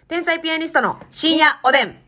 天才ピアニストの深夜おでん。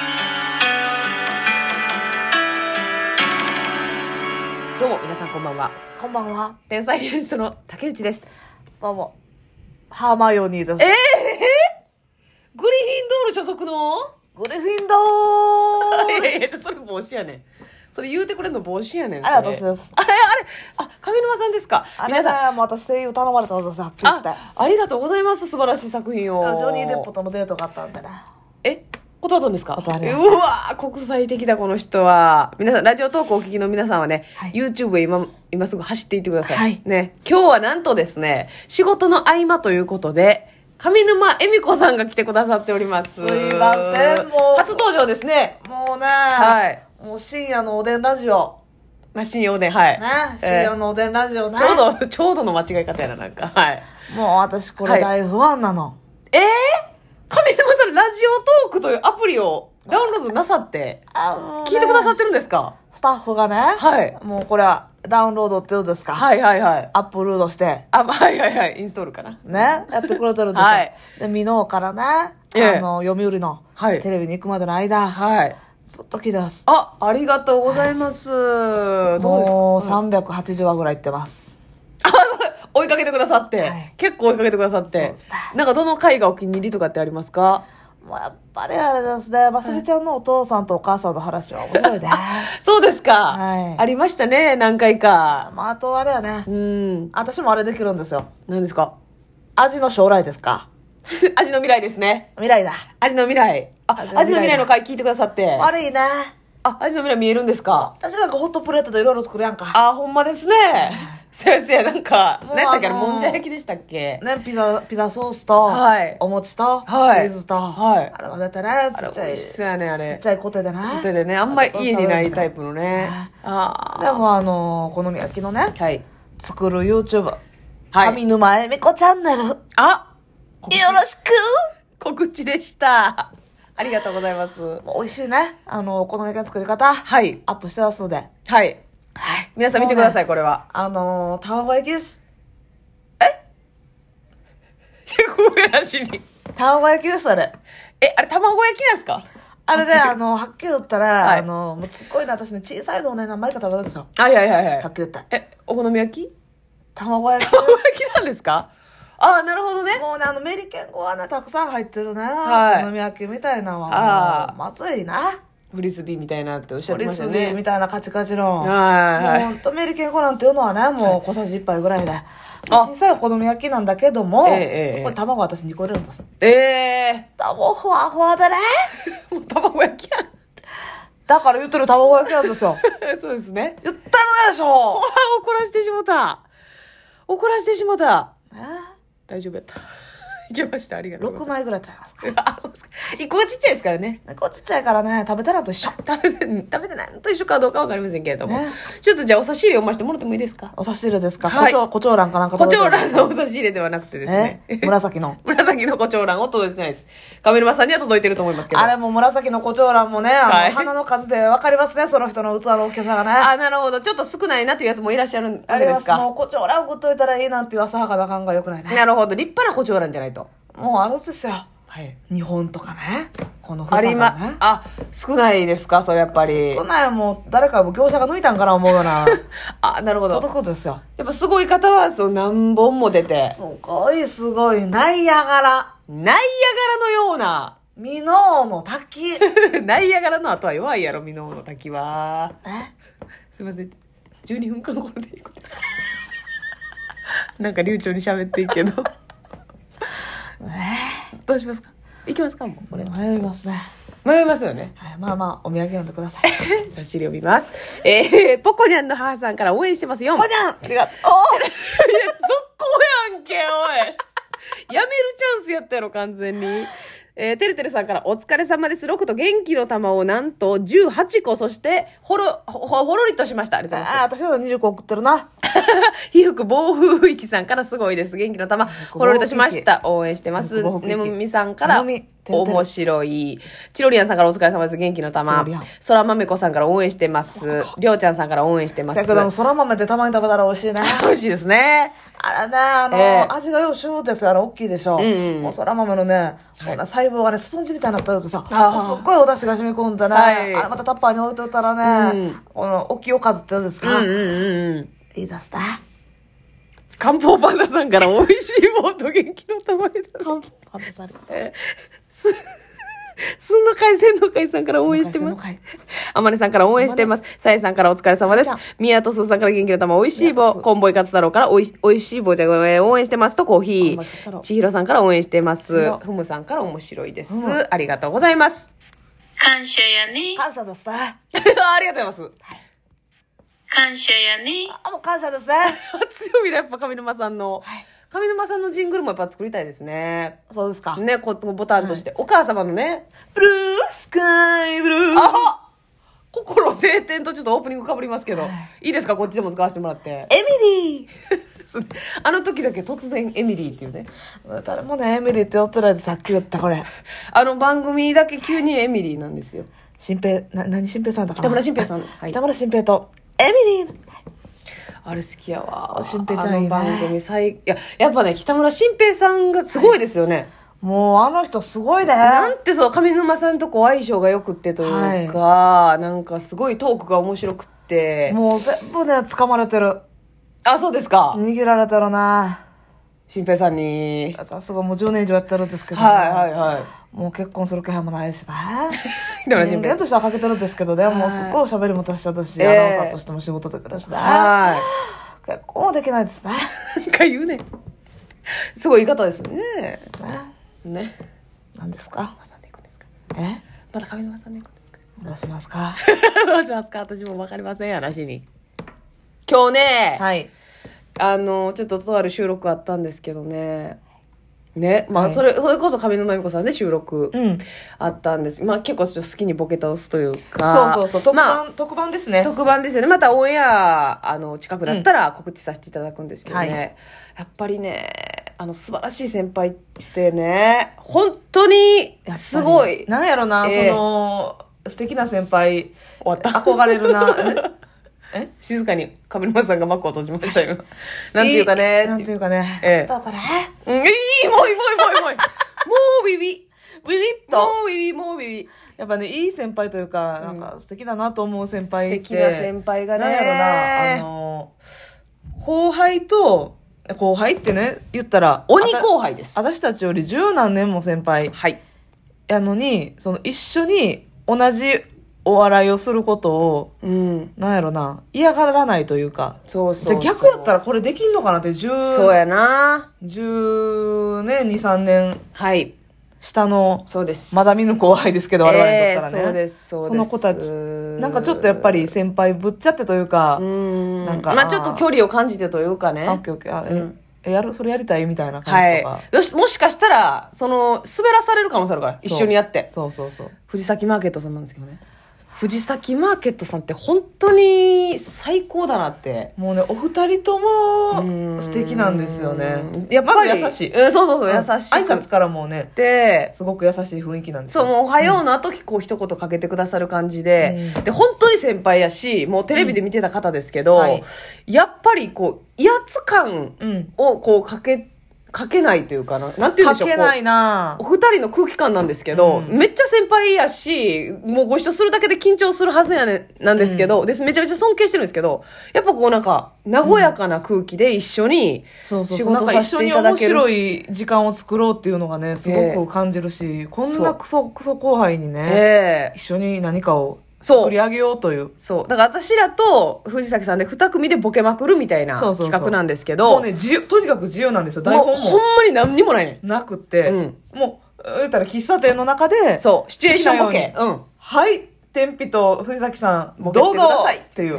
どうも皆さんこんばんは。 こんばんは。 天才ピアニストの竹内です。 どうも。ハーマイオニーです。 グリフィンドール所属のグリフィンドールそれ帽子やねん。それ言うてくれんの帽子やねん。 あれ私です。 あれ上沼さんですか。 皆さんもう私声優頼まれたんですよ。 ありがとうございます。素晴らしい作品を。 ジョニー・デップとのデートがあったんでね。 断ったんですか。 断りました。 うわ国際的だこの人は。皆さんラジオトークお聞きの皆さんはね、はい、YouTube へ今すぐ走っていってください、はい、ね。今日はなんとですね、仕事の合間ということで上沼恵美子さんが来てくださっております。 すいません、もう初登場ですね。 もうね、 はい、 もう深夜のおでんラジオ、 深夜おでん、はい、 ね、深夜のおでんラジオね、 ちょうどの間違い方やな、なんか、はい、 もう私これ大不安なの、 上沼さんラジオトークというアプリをダウンロードなさって聞いてくださってるんですか。 スタッフがね、はい、もうこれはダウンロードって言うんですか、はいはいはい、アップロードしてはいはいはい、インストールかなね、やってくれてるんですよ、はい、で箕面からね、読売のテレビに行くまでの間、はい、ずっと聞いてます。 ありがとうございます、はい、どうですか。 もう380話ぐらい行ってます。 追いかけてくださって、はい、結構追いかけてくださって、なんかどの回がお気に入りとかってありますか。 もうやっぱりあれですね、ますみちゃんのお父さんとお母さんの話は面白いね。 そうですか、 はい、 ありましたね、何回か。 あとあれやね、私もあれできるんですよ。 何ですか。 味の将来ですか。 味の未来ですね。 未来だ。 味の未来。味の未来の回聞いてくださって。 悪いね。 味の未来見えるんですか。 私なんかホットプレートでいろいろ作るやんか。 ほんまですね。先生、なんか、何やったっけ、もんじゃ焼きでしたっけね、 ピザソースと、はい、お餅と、はい、チーズと、はい、あれはだってね、ちっちゃい。そうやね、あれ。ちっちゃいコテでね。 コテでね、あんまり家にないタイプのね。 でも好み焼きのね、はい、作る YouTube、上沼恵美子チャンネル。よろしく告知でした。ありがとうございます。 美味しいね。お好み焼きの作り方、はい、アップしてますので。 はい。はい。皆さん見てください、これは。 卵焼きです。 ごめんなしに。 卵焼きです、あれ。 あれ卵焼きなんですか。 あれで、はっきり言ったら、もうすっごいな、私ね、小さいのをね、何枚か食べるんですよ。 はいはいはいはい。 はっきり言った。 お好み焼き？ 卵焼き。 卵焼きなんですか。なるほどね。 もうね、メリケン粉はね、たくさん入ってるね。お好み焼きみたいなのは、まずいな。 フリスビーみたいなっておっしゃってましたね。 フリスビーみたいなカチカチの。はい。もうほんとメリケン粉なんていうのはね、もう小さじ1杯ぐらいで。小さいお好み焼きなんだけども、そこに卵私2個入れるんです。もうふわふわでね。 もう卵焼きやん。 だから言ってる卵焼きなんですよ。 そうですね。 言ったのでしょ。怒らしてしもた。怒らしてしもた。大丈夫やった。いけました。ありがとうございます。 6枚ぐらい食べますか。 そうですか。1個がちっちゃいですからね。 1個ちっちゃいからね、食べてないと一緒。 食べてないと一緒かどうかわかりませんけれども。ちょっとじゃあお差し入れを読ませてもらってもいいですか。 お差し入れですか。胡蝶蘭かなんか。 胡蝶蘭のお差し入れではなくてですね。 紫の胡蝶蘭を届いてないです。上沼さんには届いてると思いますけど。 あれも紫の胡蝶蘭もね、花の数でわかりますね、その人の器の大きさがね。 なるほど。ちょっと少ないなっていうやつもいらっしゃるんですか。 もう胡蝶蘭送っといたらいいなんていう浅はかな感が良くないね。 なるほど。立派な胡蝶蘭じゃないと。 もうあれですよ。はい。日本とかね。この房がね。 少ないですか、それやっぱり。 少ない、もう誰か業者が抜いたんかな思うような。 なるほど。 届くんですよ。 やっぱすごい方は何本も出て。 すごい。ナイアガラのような。 箕面の滝。 ナイアガラの後は弱いやろ、箕面の滝は。すいません。12分間これでいいなんか流暢に喋っていいけど。どうしますか。行きますか。もうこれ迷いますね。 迷いますよね。 はい、まあまあお土産読んでください。 差し入れを見ます。ポコニャンの母さんから応援してますよ。 ポコニャンありがとう。 続行やんけおい。やめるチャンスやったやろ完全に。てるてるさんからお疲れ様です。6と元気の玉をなんと18個、そしてほろりとしました。ありがとうございます。 私は20個送ってるな。 被服暴風域さんからすごいです。元気の玉ほろりとしました。応援してます。ねむみさんから面白い。チロリアンさんからお疲れ様です。元気の玉。そらまめこさんから応援してます。りょうちゃんさんから応援してます。 だけど、そら豆ってたまに食べたら美味しいね。 美味しいですね。 あれね、味がようしゅうですよ。大きいでしょ。もうそら豆のね、細胞がね、スポンジみたいになってるとさ、すっごいお出汁が染み込んでね、あれまたタッパーに置いといたらね、この、おきおかずって言うんですか。いいですね。 漢方パンダさんから美味しいもんと元気の玉で。漢方パンダさん。すんの海鮮の会さんから応援してます。あまねさんから応援してます。さえさんからお疲れ様です。宮とすさんから元気の玉、美味しい棒。コンボイカツ太郎からおいしい棒じゃ応援してますとコーヒー。ちひろさんから応援してます。ふむさんから面白いです。ありがとうございます。 感謝やね。 感謝ですね。 ありがとうございます。 感謝やね。 もう感謝ですね。 強みだ、やっぱ上沼さんの。上沼さんのジングルもやっぱ作りたいですね。 そうですか。 ね、ボタンとして。お母様のね。 ブルースカイブルー。 心晴天とちょっとオープニングかぶりますけど。いいですか、こっちでも使わせてもらって。 エミリーあの時だけ突然エミリーっていうね。 誰もね、エミリーって言ってないでさっき言ったこれ。 番組だけ急にエミリーなんですよ。 新平、何新平さんだかな。 北村新平さん。 北村新平とエミリー。 あれ好きやわ。 新平ちゃんいいね。 番組やっぱね、北村新平さんがすごいですよね。 もうあの人すごいね。 なんてそう、上沼さんとこ相性が良くってというか、なんかすごいトークが面白くって。 もう全部ね、掴まれてる。 あ、そうですか。 握られてるな。 新平さんに。 さすがもう10年以上やってるんですけど、もう結婚する気配もないしね。人間としてはかけてるんですけどね、もうすっごいおしゃべりも達者だし、アナウンサーとしても仕事できるしね。結婚はできないですね。 なんか言うね。すごい言い方ですよね。ね。 何ですか？ またでいくんですか？ また上沼さんでいくんですか？ どうしますか？ どうしますか？私も分かりません、話に。今日ね、ちょっととある収録あったんですけどね。まあ、それこそ上沼恵美子さんで収録あったんです。まあ、結構ちょっと好きにボケ倒すというか。 そう、特番ですね。 特番ですよね。またオンエア、近くだったら告知させていただくんですけどね。やっぱりね、素晴らしい先輩ってね、本当にすごい。 なんやろな、素敵な先輩、憧れるな。 静かに上沼さんが幕を閉じましたよ。なんていうかね。 なんていうかね。だからもうビビ。 ビビッと。 もうビビ。 やっぱね、いい先輩というか、なんか素敵だなと思う先輩って。 素敵な先輩がね。 なんやろな、後輩ってね、言ったら。 鬼後輩です。 私たちより十何年も先輩。やのに、一緒に同じお笑いをすることを、なんやろな、嫌がらないというか。 そう。 じゃあ逆やったらこれできんのかなって、 そうやな。 10年、2、3年。下の、 そうです。 まだ見ぬ後輩ですけど、我々にとったらね。 そうです。 その子たち、なんかちょっとやっぱり先輩ぶっちゃってというか、なんか。 まあちょっと距離を感じてというかね。 オッケー。それやりたいみたいな感じとか。 もしかしたら、滑らされる可能性あるから、一緒にやって。 そう。 藤崎マーケットさんなんですけどね。藤崎マーケットさんって本当に最高だなって。 もうね、お二人とも素敵なんですよね。 やっぱりまず優しい。 そう、優しい。 挨拶からもうね、すごく優しい雰囲気なんですよ。 そう、もうおはようの後一言かけてくださる感じで、で、本当に先輩やし、もうテレビで見てた方ですけど、やっぱり威圧感をかけないというかな。なんていうんでしょう。 かけないなお二人の空気感なんですけど、めっちゃ先輩やし、もうご一緒するだけで緊張するはずなんですけど、めちゃめちゃ尊敬してるんですけど、やっぱなんか、和やかな空気で一緒に仕事させていただける。 一緒に面白い時間を作ろうっていうのがね、すごく感じるし、こんなクソ後輩にね、一緒に何かを作り上げようという。 そう。だから私らと藤崎さんで2組でボケまくるみたいな企画なんですけど。 もうね、とにかく自由なんですよ、台本も。 ほんまに何にもないね。 なくて、もう、言ったら喫茶店の中で、 そう、シチュエーションボケ。 はい、天日と藤崎さん、どうぞっていう。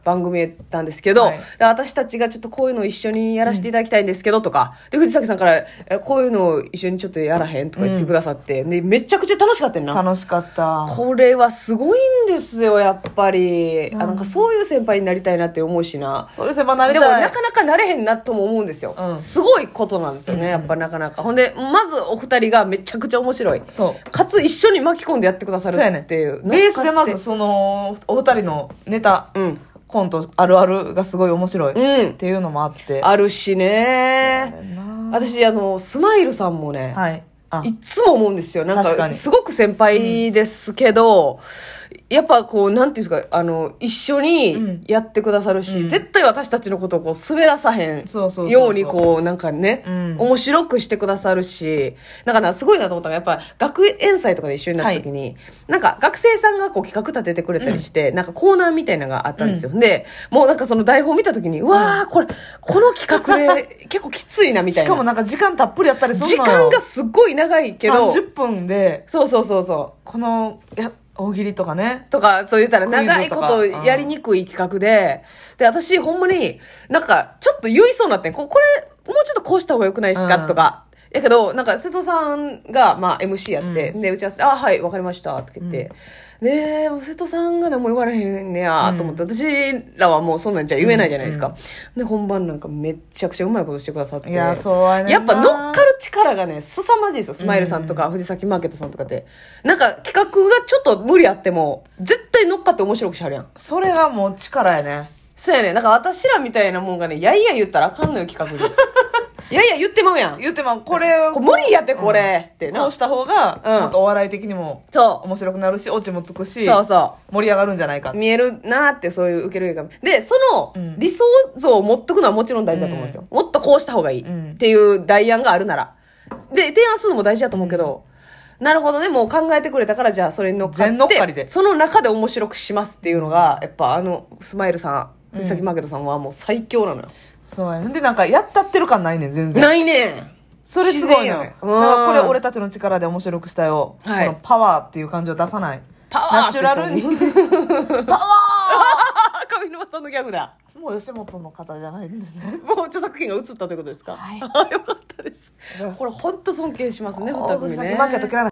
番組やったんですけど、 はいで私たちがちょっとこういうのを一緒にやらせていただきたいんですけどとか、で藤崎さんからこういうのを一緒にちょっとやらへんとか言ってくださって、でめちゃくちゃ楽しかったよな。 楽しかった。 これはすごいんですよ、やっぱり。なんかそういう先輩になりたいなって思うしな。 そういう先輩になりたい。 でもなかなかなれへんなとも思うんですよ。すごいことなんですよね、やっぱなかなか。ほんで、まずお二人がめちゃくちゃ面白い。 そう。 かつ一緒に巻き込んでやってくださるっていう。 そうやね。ベースでまずその、お二人のネタ、コントあるあるがすごい面白いっていうのもあって。 あるしね。私、スマイルさんもね、いつも思うんですよ。なんか、すごく先輩ですけど、やっぱこう、なんていうんですか、一緒にやってくださるし、絶対私たちのことをこう、滑らさへんようにこう、なんかね、面白くしてくださるし、なんかな、すごいなと思ったのが、やっぱ学園祭とかで一緒になった時に、なんか学生さんがこう企画立ててくれたりして、なんかコーナーみたいなのがあったんですよ。で、もうなんかその台本見た時に、うわー、この企画で結構きついなみたいな。 しかもなんか時間たっぷりやったりするのよ。 時間がすっごい長いけど、 30分で、 そう。 この、大喜利とかね。 とか、そう言ったら長いことやりにくい企画で、で、私ほんまになんかちょっと言いそうになってん。これ、もうちょっとこうした方が良くないですか、とか。やけど、なんか瀬戸さんが、まあ MC やって、で、打ち合わせで、はい、わかりました、って言って。で、瀬戸さんが何も言われへんねやと思って、私らはもうそんなんじゃ言えないじゃないですか。で、本番なんかめっちゃくちゃうまいことしてくださって。 いや、そうやね。 やっぱ乗っかる力がね、凄まじいですよ。スマイルさんとか、藤崎マーケットさんとかって。なんか企画がちょっと無理あっても、絶対乗っかって面白くしはるやん。 それがもう力やね。 そうやね。だから私らみたいなもんがね、やいや言ったらあかんのよ、企画に。いやいや言ってまうやん。 言ってまう。これ無理やって、これ。ってな。 こうした方が、もっとお笑い的にも、面白くなるし、オチもつくし、盛り上がるんじゃないか。 見えるなーって、そういう受ける映画。で、その、理想像を持っとくのはもちろん大事だと思うんですよ。もっとこうした方がいい。っていう代案があるなら。で、提案するのも大事だと思うけど、なるほどね、もう考えてくれたから、じゃあそれに乗っかって、 全乗っかりで。 その中で面白くしますっていうのが、やっぱスマイルさん、藤崎マーケットさんはもう最強なのよ。 そうやね。で、なんか、やったってる感ないねん、全然。 ないねん。 それすごいのよ。だからこれ俺たちの力で面白くしたよ。このパワーっていう感じを出さない。 パワーナチュラルに。パワー上沼さんのギャグだ。 もう吉本の方じゃないんですね。 もう著作権が移ったということですか。はい。よかったです。これ本当尊敬しますね、二組ね。